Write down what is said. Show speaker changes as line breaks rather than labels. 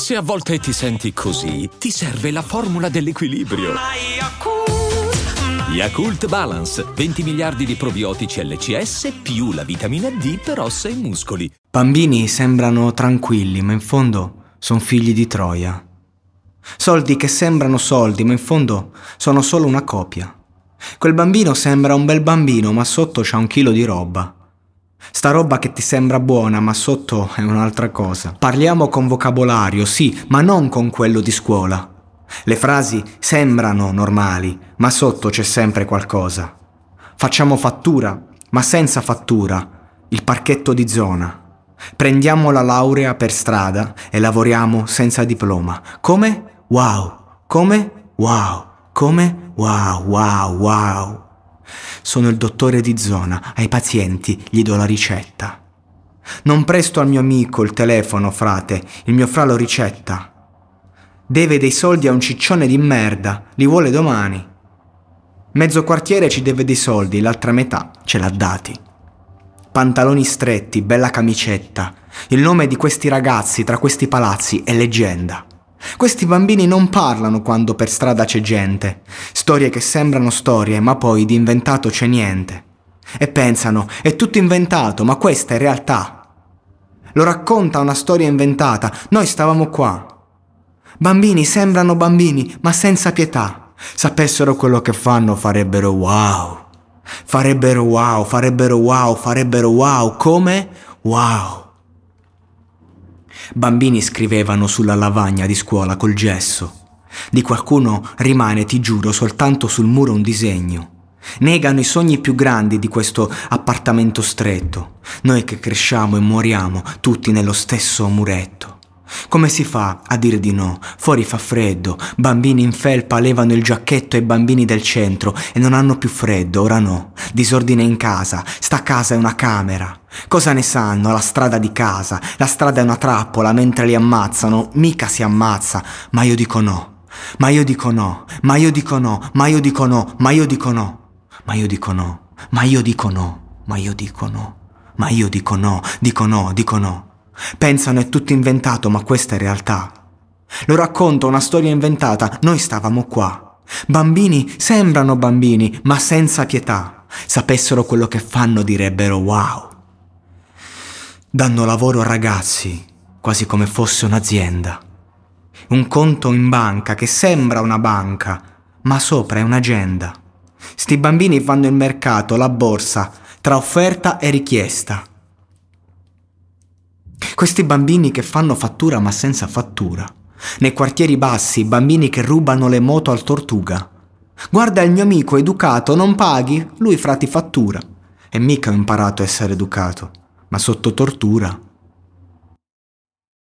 Se a volte ti senti così, ti serve la formula dell'equilibrio. Yakult Balance, 20 miliardi di probiotici LCS più la vitamina D per ossa e muscoli.
Bambini sembrano tranquilli, ma in fondo sono figli di Troia. Soldi che sembrano soldi, ma in fondo sono solo una copia. Quel bambino sembra un bel bambino, ma sotto c'ha 1 chilo di roba. Sta roba che ti sembra buona, ma sotto è un'altra cosa. Parliamo con vocabolario, sì, ma non con quello di scuola. Le frasi sembrano normali, ma sotto c'è sempre qualcosa. Facciamo fattura, ma senza fattura, il parchetto di zona. Prendiamo la laurea per strada e lavoriamo senza diploma. Come? Wow! Come? Wow! Come? Wow, wow, wow! Sono il dottore di zona, ai pazienti gli do la ricetta. Non presto al mio amico il telefono, frate, il mio fra lo ricetta. Deve dei soldi a un ciccione di merda, li vuole domani. Mezzo quartiere ci deve dei soldi, l'altra metà ce l'ha dati. Pantaloni stretti, bella camicetta. Il nome di questi ragazzi tra questi palazzi è leggenda. Questi bambini non parlano quando per strada c'è gente. Storie che sembrano storie, ma poi di inventato c'è niente. E pensano, è tutto inventato, ma questa è realtà. Lo racconta una storia inventata, noi stavamo qua. Bambini sembrano bambini, ma senza pietà. Sapessero quello che fanno, farebbero wow. Farebbero wow, farebbero wow, farebbero wow. Come? Wow. Bambini scrivevano sulla lavagna di scuola col gesso. Di qualcuno rimane, ti giuro, soltanto sul muro un disegno. Negano i sogni più grandi di questo appartamento stretto. Noi che cresciamo e moriamo tutti nello stesso muretto. Come si fa a dire di no? Fuori fa freddo, bambini in felpa levano il giacchetto ai bambini del centro e non hanno più freddo, ora no. Disordine in casa, sta casa è una camera. Cosa ne sanno? La strada di casa, la strada è una trappola, mentre li ammazzano, mica si ammazza, ma io dico no. Ma io dico no, ma io dico no, ma io dico no, ma io dico no. Ma io dico no, ma io dico no, ma io dico no, ma io dico no, dico no, dico no. Pensano è tutto inventato, ma questa è realtà. Lo racconto, una storia inventata, noi stavamo qua. Bambini sembrano bambini, ma senza pietà. Sapessero quello che fanno, direbbero wow. Danno lavoro a ragazzi, quasi come fosse un'azienda. Un conto in banca che sembra una banca, ma sopra è un'agenda. Sti bambini fanno il mercato, la borsa, tra offerta e richiesta. Questi bambini che fanno fattura ma senza fattura. Nei quartieri bassi, bambini che rubano le moto al Tortuga. Guarda il mio amico educato, non paghi? Lui frati fattura. E mica ho imparato a essere educato, ma sotto tortura